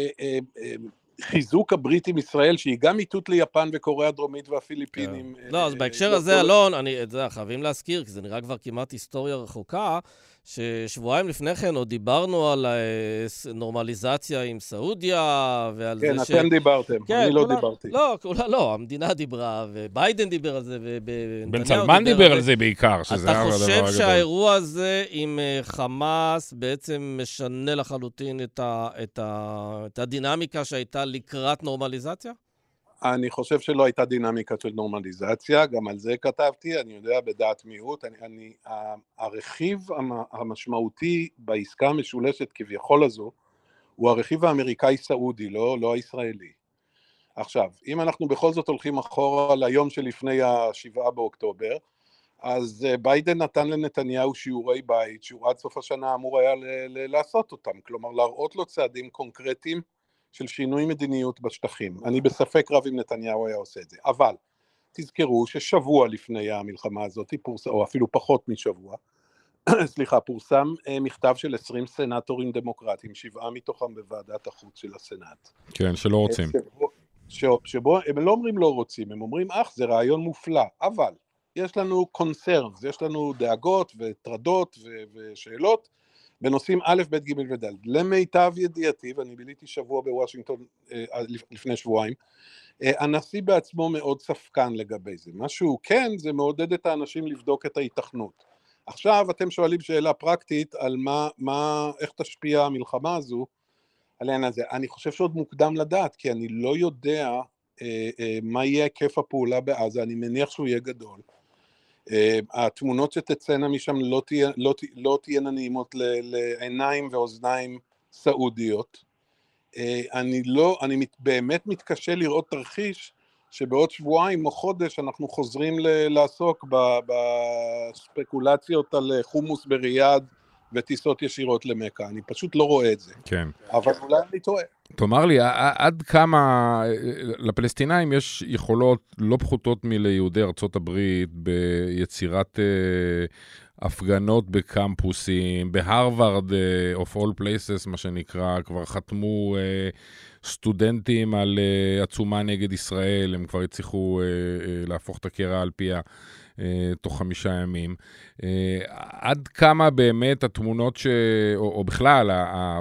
חיזוק הברית עם ישראל, שהיא גם איתות ליפן וקוריאה הדרומית והפיליפינים. לא, אז בהקשר הזה, אלון, את זה חייבים להזכיר, כי זה נראה כבר כמעט היסטוריה רחוקה, ששבועיים לפני כן עוד דיברנו על נורמליזציה עם סעודיה, ועל זה ש... כן, אתם דיברתם, אני לא דיברתי. לא, לא, המדינה דיברה, וביידן דיבר על זה, בן סלמן דיבר על זה בעיקר, אתה חושב שהאירוע הזה עם חמאס בעצם משנה לחלוטין את הדינמיקה שהייתה לקראת נורמליזציה? אני חושב שלא הייתה דינמיקה של נורמליזציה, גם על זה כתבתי, אני יודע בדעת מיעוט, אני, אני, הרכיב המשמעותי בעסקה המשולשת כביכול הזו, הוא הרכיב האמריקאי-סעודי, לא, לא הישראלי. עכשיו, אם אנחנו בכל זאת הולכים אחורה ליום שלפני השבעה באוקטובר, אז ביידן נתן לנתניהו שיעורי בית, שהוא עד סוף השנה אמור היה ל- ל- לעשות אותם, כלומר להראות לו צעדים קונקרטיים, של שינוי מדיניות בשטחים. אני בספק רב אם נתניהו היה עושה את זה. אבל תזכרו ששבוע לפני המלחמה הזאת, או אפילו פחות משבוע, סליחה, פורסם מכתב של עשרים סנטורים דמוקרטיים, שבעה מתוכם בוועדת החוץ של הסנאט. כן, שלא רוצים. שבו, שבו, שבו הם לא אומרים לא רוצים, הם אומרים, אך, זה רעיון מופלא, אבל יש לנו קונסרבס, יש לנו דאגות וטרדות ו- ושאלות, בנושאים א', ב', ג' וד'. למיטב ידיעתי, ואני ביליתי שבוע בוושינגטון לפני שבועיים, הנשיא בעצמו מאוד ספקן לגבי זה. מה שהוא כן, זה מעודד את האנשים לבדוק את ההיתכנות. עכשיו אתם שואלים שאלה פרקטית על מה, מה, איך תשפיע המלחמה הזו עליהן הזה. אני חושב שעוד מוקדם לדעת, כי אני לא יודע אה, אה, מה יהיה היקף הפעולה בעזה, אני מניח שהוא יהיה גדול. התמונות שתצאנה משם לא תהיה, לא, לא תהיינה נעימות לעיניים ואוזניים סעודיות. אני לא, אני באמת מתקשה לראות תרחיש שבעוד שבועיים או חודש אנחנו חוזרים לעסוק בספקולציות על חומוס בריאד וטיסות ישירות למכה. אני פשוט לא רואה את זה. כן. אבל אולי אני טועה. תאמר לי, עד כמה לפלסטינאים יש יכולות לא פחותות מליהודי ארצות הברית ביצירת הפגנות בקמפוסים, בהרווארד of all places, מה שנקרא, כבר חתמו סטודנטים על עצומה נגד ישראל, הם כבר הצליחו להפוך את הקרע על פיה תוך חמישה ימים. עד כמה באמת התמונות ש... או, או בכלל,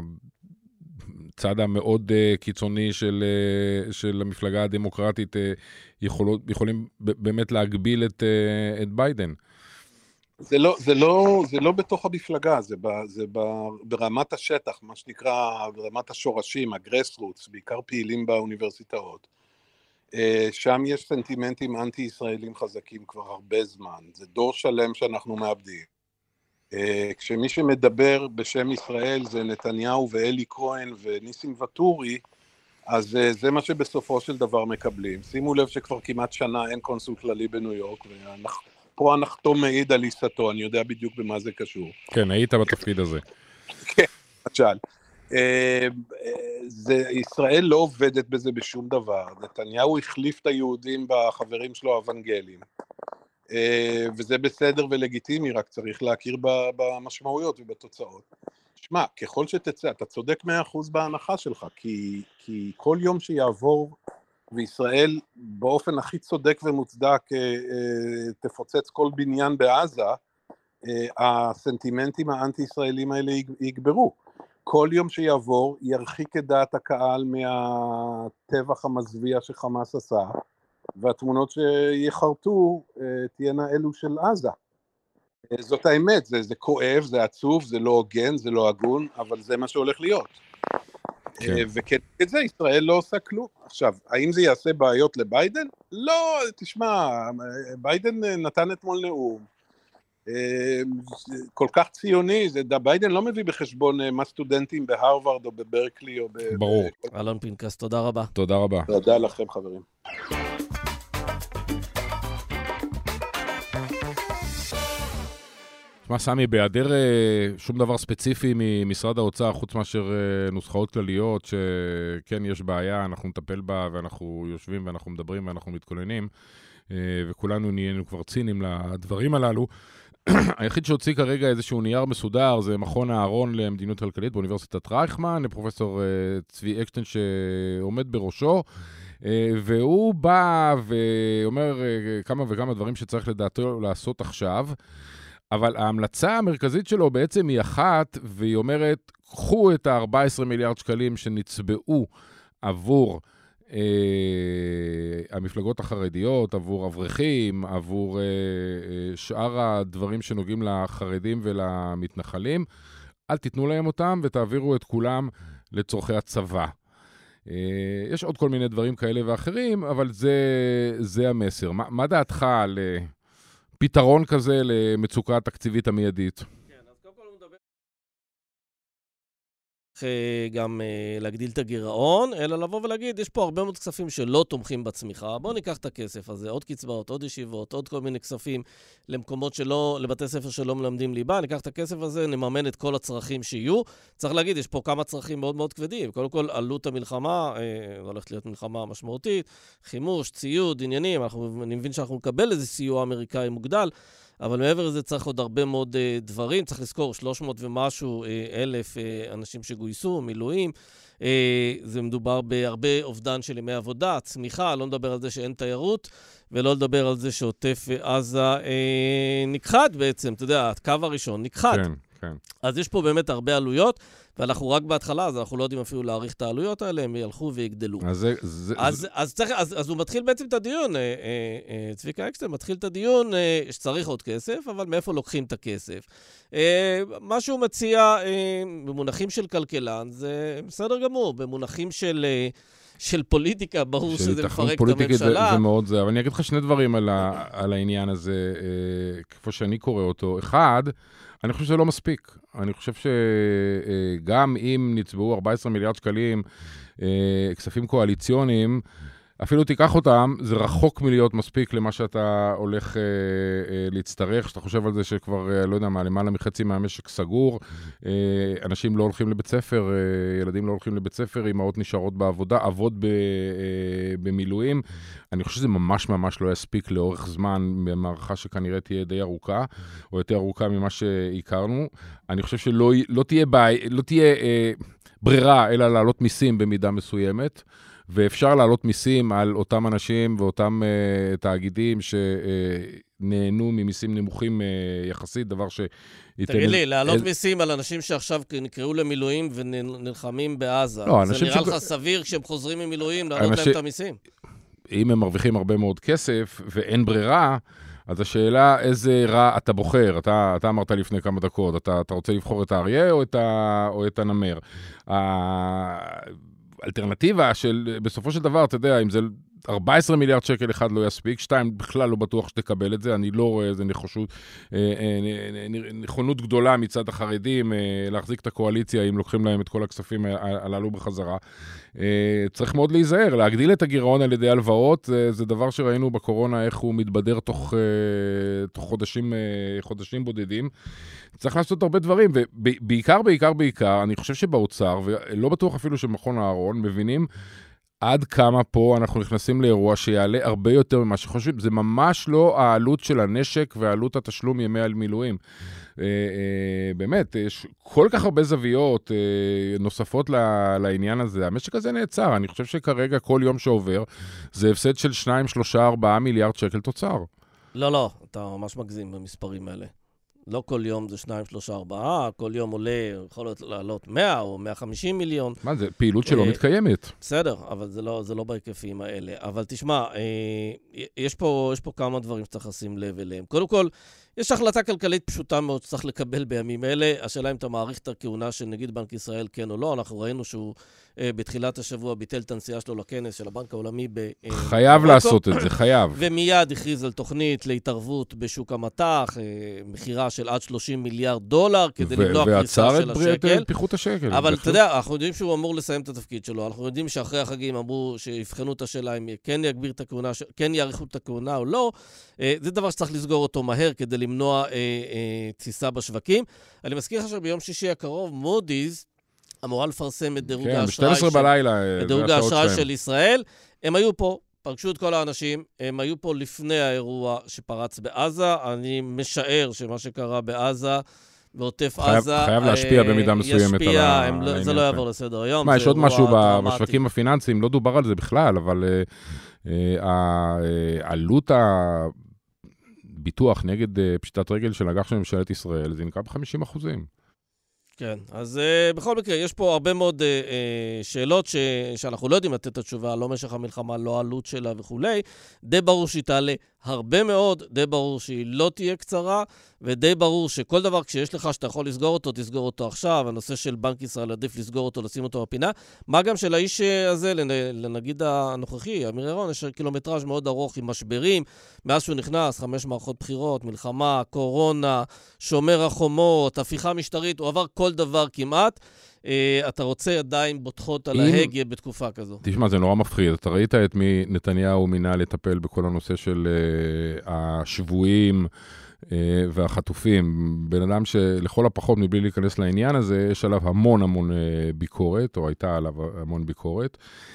הצד המאוד קיצוני של, של המפלגה הדמוקרטית יכולות, יכולים באמת להגביל את, את ביידן? זה לא, זה לא, זה לא בתוך המפלגה, זה, ב, זה ב, ברמת השטח, מה שנקרא ברמת השורשים, הגרסרוטס, בעיקר פעילים באוניברסיטאות. שם יש סנטימנטים אנטי-ישראלים חזקים כבר הרבה זמן, זה דור שלם שאנחנו מאבדים. כשמי שמדבר בשם ישראל זה נתניהו ואלי כהן וניסים וטורי, אז זה מה שבסופו של דבר מקבלים. שימו לב שכבר כמעט שנה אין קונסול כללי בניו יורק, ופה הנחתום מעיד על עיסתו, אני יודע בדיוק במה זה קשור. כן, היית בתפקיד הזה. כן, למשל. ישראל לא עובדת בזה בשום דבר. נתניהו החליף את היהודים בחברים שלו האוונגלים. וזה בסדר ולגיטימי, רק צריך להכיר במשמעויות ובתוצאות. שמע, ככל שתצא, אתה צודק מאה אחוז בהנחה שלך, כי, כי כל יום שיעבור, וישראל באופן הכי צודק ומוצדק תפוצץ כל בניין בעזה, הסנטימנטים האנטי-ישראלים האלה יגברו. כל יום שיעבור ירחיק את דעת הקהל מהטבח המזוויע שחמאס עשה, והתמונות שיחרטו תהיינה אלו של עזה. זאת האמת, זה, זה כואב, זה עצוב, זה לא הוגן, זה לא הגון, אבל זה מה שהולך להיות. כן. וכנגד זה ישראל לא עושה כלום. עכשיו, האם זה יעשה בעיות לביידן? לא, תשמע, ביידן נתן אתמול נאום, כל כך ציוני, זה, ביידן לא מביא בחשבון מה סטודנטים בהרווארד או בברקלי או ב... ברור. ב... אלון פנקס, תודה רבה. תודה רבה. תודה לכם, חברים. תשמע, סמי, בהיעדר שום דבר ספציפי ממשרד האוצר, חוץ מאשר נוסחאות כלליות, שכן יש בעיה, אנחנו נטפל בה, ואנחנו יושבים ואנחנו מדברים ואנחנו מתכוננים, וכולנו נהיינו כבר צינים לדברים הללו. היחיד שהוציא כרגע איזשהו נייר מסודר, זה מכון הארון למדיניות כלכלית באוניברסיטת רייכמן, לפרופסור צבי אקשטיין שעומד בראשו, והוא בא ואומר כמה וכמה דברים שצריך לדעתו לעשות עכשיו, אבל ההמלצה המרכזית שלו בעצם היא אחת, והיא אומרת, קחו את ה-ארבעה עשר מיליארד שקלים שנצבעו עבור אה, המפלגות החרדיות, עבור אברכים, עבור אה, אה, שאר הדברים שנוגעים לחרדים ולמתנחלים, אל תיתנו להם אותם ותעבירו את כולם לצורכי הצבא. אה, יש עוד כל מיני דברים כאלה ואחרים, אבל זה, זה המסר. מה, מה דעתך על... פתרון כזה למצוקה התקציבית המיידית? כן, אז קודם כל הוא מדבר גם להגדיל את הגירעון, אלא לבוא ולהגיד, יש פה הרבה מאוד כספים שלא תומכים בצמיחה, בואו ניקח את הכסף הזה, עוד קצבאות, עוד ישיבות, עוד כל מיני כספים למקומות שלא, לבתי ספר שלא מלמדים ליבה, ניקח את הכסף הזה, נממן את כל הצרכים שיהיו. צריך להגיד, יש פה כמה צרכים מאוד מאוד כבדים. קודם כל, עלות המלחמה, אה, הולכת להיות מלחמה משמעותית, חימוש, ציוד, עניינים, אנחנו, אני מבין שאנחנו נקבל איזה סיוע אמריקאי מוגדל, אבל מעבר לזה צריך עוד הרבה מאוד uh, דברים, צריך לזכור שלוש מאות ומשהו uh, אלף uh, אנשים שגויסו, מילואים, uh, זה מדובר בהרבה אובדן של ימי עבודה, צמיחה, לא נדבר על זה שאין תיירות, ולא לדבר על זה שעוטף עזה uh, נכחד בעצם, אתה יודע, הקו הראשון נכחד. כן, כן. אז יש פה באמת הרבה עלויות, ואנחנו רק בהתחלה, אז אנחנו לא יודעים אפילו להעריך את העלויות האלה, הם ילכו ויגדלו. אז, זה, זה, אז, זה... אז, צריך, אז, אז הוא מתחיל בעצם את הדיון, אה, אה, צביקה אקשטיין מתחיל את הדיון אה, שצריך עוד כסף, אבל מאיפה לוקחים את הכסף? אה, מה שהוא מציע אה, במונחים של כלכלן, זה בסדר גמור, במונחים של... אה, של פוליטיקה, ברור שזה מפרק את הממשלה. זה, זה מאוד זה, אבל אני אגיד לך שני דברים על, ה, על העניין הזה, אה, כפי שאני קורא אותו. אחד, אני חושב שזה לא מספיק. אני חושב שגם אם נצבעו ארבעה עשר מיליארד שקלים, אה, כספים קואליציוניים, אפילו תיקח אותם, זה רחוק מלהיות מספיק למה שאתה הולך אה, אה, להצטרך, שאתה חושב על זה שכבר, אה, לא יודע מה, למעלה מחצי מהמשק סגור, אה, אנשים לא הולכים לבית ספר, אה, ילדים לא הולכים לבית ספר, אמהות נשארות בעבודה, עבוד ב, אה, במילואים. אני חושב שזה ממש ממש לא יספיק לאורך זמן, במערכה שכנראה תהיה די ארוכה, או יותר ארוכה ממה שהכרנו. אני חושב שלא לא תהיה, בעי, לא תהיה אה, ברירה, אלא לעלות מיסים במידה מסוימת, ואפשר לעלות מיסים על אותם אנשים ואותם uh, תאגידים שנהנו ממיסים נמוכים uh, יחסית, דבר ש... תגיד לי, לעלות מיסים על אנשים שעכשיו נקראו למילואים ונלחמים בעזה, לא, זה נראה לך סביר כשהם חוזרים ממילואים לעלות אנשים... להם את המיסים? אם הם מרוויחים הרבה מאוד כסף ואין ברירה, אז השאלה איזה רע אתה בוחר. אתה, אתה אמרת לפני כמה דקות, אתה, אתה רוצה לבחור את האריה או את, ה... או את הנמר. האלטרנטיבה של, בסופו של דבר, אתה יודע, אם זה ארבעה עשר מיליארד שקל אחד לא יספיק, שתיים בכלל לא בטוח שתקבל את זה, אני לא רואה איזה נכונות, נכונות גדולה מצד החרדים להחזיק את הקואליציה אם לוקחים להם את כל הכספים הללו בחזרה. צריך מאוד להיזהר, להגדיל את הגירעון על ידי הלוואות, זה, זה דבר שראינו בקורונה איך הוא מתבדר תוך, תוך חודשים, חודשים בודדים. צריך לעשות הרבה דברים, ובעיקר, בעיקר, בעיקר, אני חושב שבאוצר, ולא בטוח אפילו שמכון הארון, מבינים עד כמה פה אנחנו נכנסים לאירוע שיעלה הרבה יותר ממה שחושבים. זה ממש לא העלות של הנשק והעלות התשלום ימי על מילואים. באמת, יש כל כך הרבה זוויות נוספות לעניין הזה. המשק הזה נעצר. אני חושב שכרגע כל יום שעובר זה הפסד של שניים, שלושה, ארבעה מיליארד שקל תוצר. לא, לא, אתה ממש מגזים במספרים האלה. לא כל יום זה שניים, שלושה, ארבעה, כל יום עולה, יכול להיות לעלות מאה או מאה וחמישים מיליון. מה זה? פעילות שלא מתקיימת. בסדר, אבל זה לא, זה לא בהיקפים האלה. אבל תשמע, יש פה, יש פה כמה דברים שצריך לשים לב אליהם. קודם כל, יש החלטה כלכלית פשוטה מאוד שצריך לקבל בימים אלה. השאלה אם אתה מעריך את הכהונה של נגיד בנק ישראל, כן או לא. אנחנו ראינו שהוא בתחילת השבוע ביטל את הנסיעה שלו לכנס של הבנק העולמי. חייב לעשות את זה, חייב. ומיד הכריז על תוכנית להתערבות בשוק המטח, מחירה של עד שלושים מיליארד דולר, כדי למנוע קריסה של השקל. ועצר את פיחות השקל. אבל אתה יודע, אנחנו יודעים שהוא אמור לסיים את התפקיד שלו. אנחנו יודעים שאחרי החגים אמרו שיבחנו את השאלה אם כן יגביר את הכהונה, כן יאריכו את הכהונה או לא. זה דבר שצריך לסגור אותו מהר כדי למנוע תסיסה בשווקים. אני מזכיר לך שביום שישי הקרוב, מודי'ס אמורה לפרסם את דירוג האשראי של, דירוג האשראי של ישראל. הם היו פה, פגשו את כל האנשים, הם היו פה לפני האירוע שפרץ בעזה. אני משער שמה שקרה בעזה ועוטף עזה חייב להשפיע במידה מסוימת על העניין. זה לא יעבור לסדר היום. מה, יש עוד משהו בשווקים הפיננסיים, לא דובר על זה בכלל, אבל העלות הביטוח נגד פשיטת רגל של אג"ח של ממשלת ישראל, זה נקרא ב-חמישים אחוזים. כן, אז uh, בכל מקרה, יש פה הרבה מאוד uh, uh, שאלות ש... שאנחנו לא יודעים לתת את התשובה, לא משך המלחמה, לא העלות שלה וכו'. די ברור שהיא תעלה הרבה מאוד, די ברור שהיא לא תהיה קצרה, ודי ברור שכל דבר כשיש לך שאתה יכול לסגור אותו, תסגור אותו עכשיו. הנושא של בנק ישראל עדיף לסגור אותו, לשים אותו בפינה. מה גם של האיש הזה, לנגיד הנוכחי, אמיר ירון, יש קילומטראז' מאוד ארוך עם משברים. מאז שהוא נכנס, חמש מערכות בחירות, מלחמה, קורונה, שומר החומות, הפיכה משטרית, הוא עבר כל דבר כמעט. אתה רוצה עדיין בוטחות על ההגה בתקופה כזו. תשמע, זה נורא מפחיד. אתה ראית את מי נתניהו מינה לטפל בכל הנושא של השבויים והחטופים. בן אדם שלכל הפחות מבלי להיכנס לעניין הזה, יש עליו המון המון ביקורת, או הייתה עליו המון ביקורת.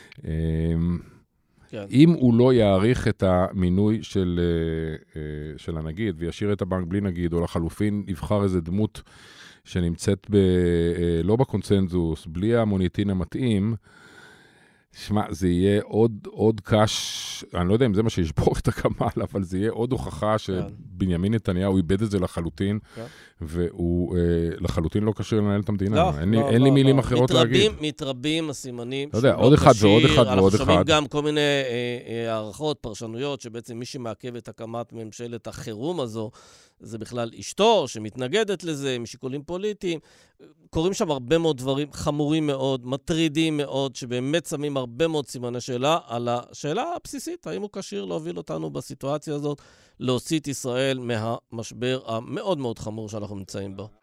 כן. אם הוא לא יעריך את המינוי של, של הנגיד, וישאיר את הבנק בלי נגיד, או לחלופין יבחר איזה דמות שנמצאת ב, לא בקונצנזוס, בלי המוניטין המתאים, שמע, זה יהיה עוד, עוד קש, אני לא יודע אם זה מה שישבור את הקמל, אבל זה יהיה עוד הוכחה שבנימין נתניהו איבד את זה לחלוטין, והוא לחלוטין לא קשה לנהל את המדינה. אין לי מילים אחרות להגיד. מתרבים הסימנים. אתה יודע, עוד אחד ועוד אחד ועוד אחד. אנחנו שומעים גם כל מיני הערכות, פרשנויות, שבעצם מי שמעכב את הקמת ממשלת החירום הזו, זה בכלל אשתו שמתנגדת לזה, משיקולים פוליטיים. קוראים שם הרבה מאוד דברים חמורים מאוד, מטרידים מאוד, שבאמת שמים הרבה מאוד סימני שאלה על השאלה הבסיסית, האם הוא כשיר להוביל אותנו בסיטואציה הזאת, להוציא את ישראל מהמשבר המאוד מאוד חמור שאנחנו נמצאים בו.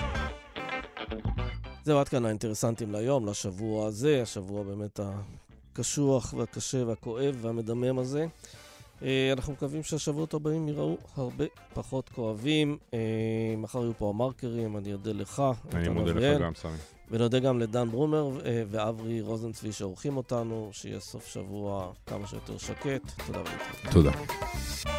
זהו עד כאן האינטרסנטים להיום, לשבוע הזה, השבוע באמת הקשוח והקשה והכואב והמדמם הזה. אנחנו מקווים שהשבועות הבאים יראו הרבה פחות כואבים. מחר יהיו פה המרקרים, אני יודע לך. אני מודה לך גם, סמי. ונודה גם לדן ברומר ואברי רוזנצבי שעורכים אותנו, שיהיה סוף שבוע כמה שיותר שקט. תודה רבה. תודה.